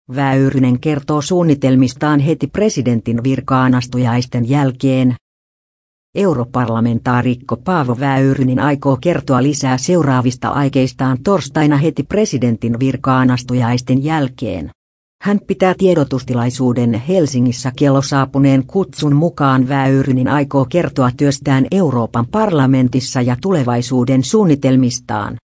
Väyrynen kertoo suunnitelmistaan heti presidentin virkaanastujaisten jälkeen. Europarlamentaarikko Paavo Väyrynen aikoo kertoa lisää seuraavista aikeistaan torstaina heti presidentin virkaanastujaisten jälkeen. Hän pitää tiedotustilaisuuden Helsingissä kello saapuneen kutsun mukaan. Väyrynen aikoo kertoa työstään Euroopan parlamentissa ja tulevaisuuden suunnitelmistaan.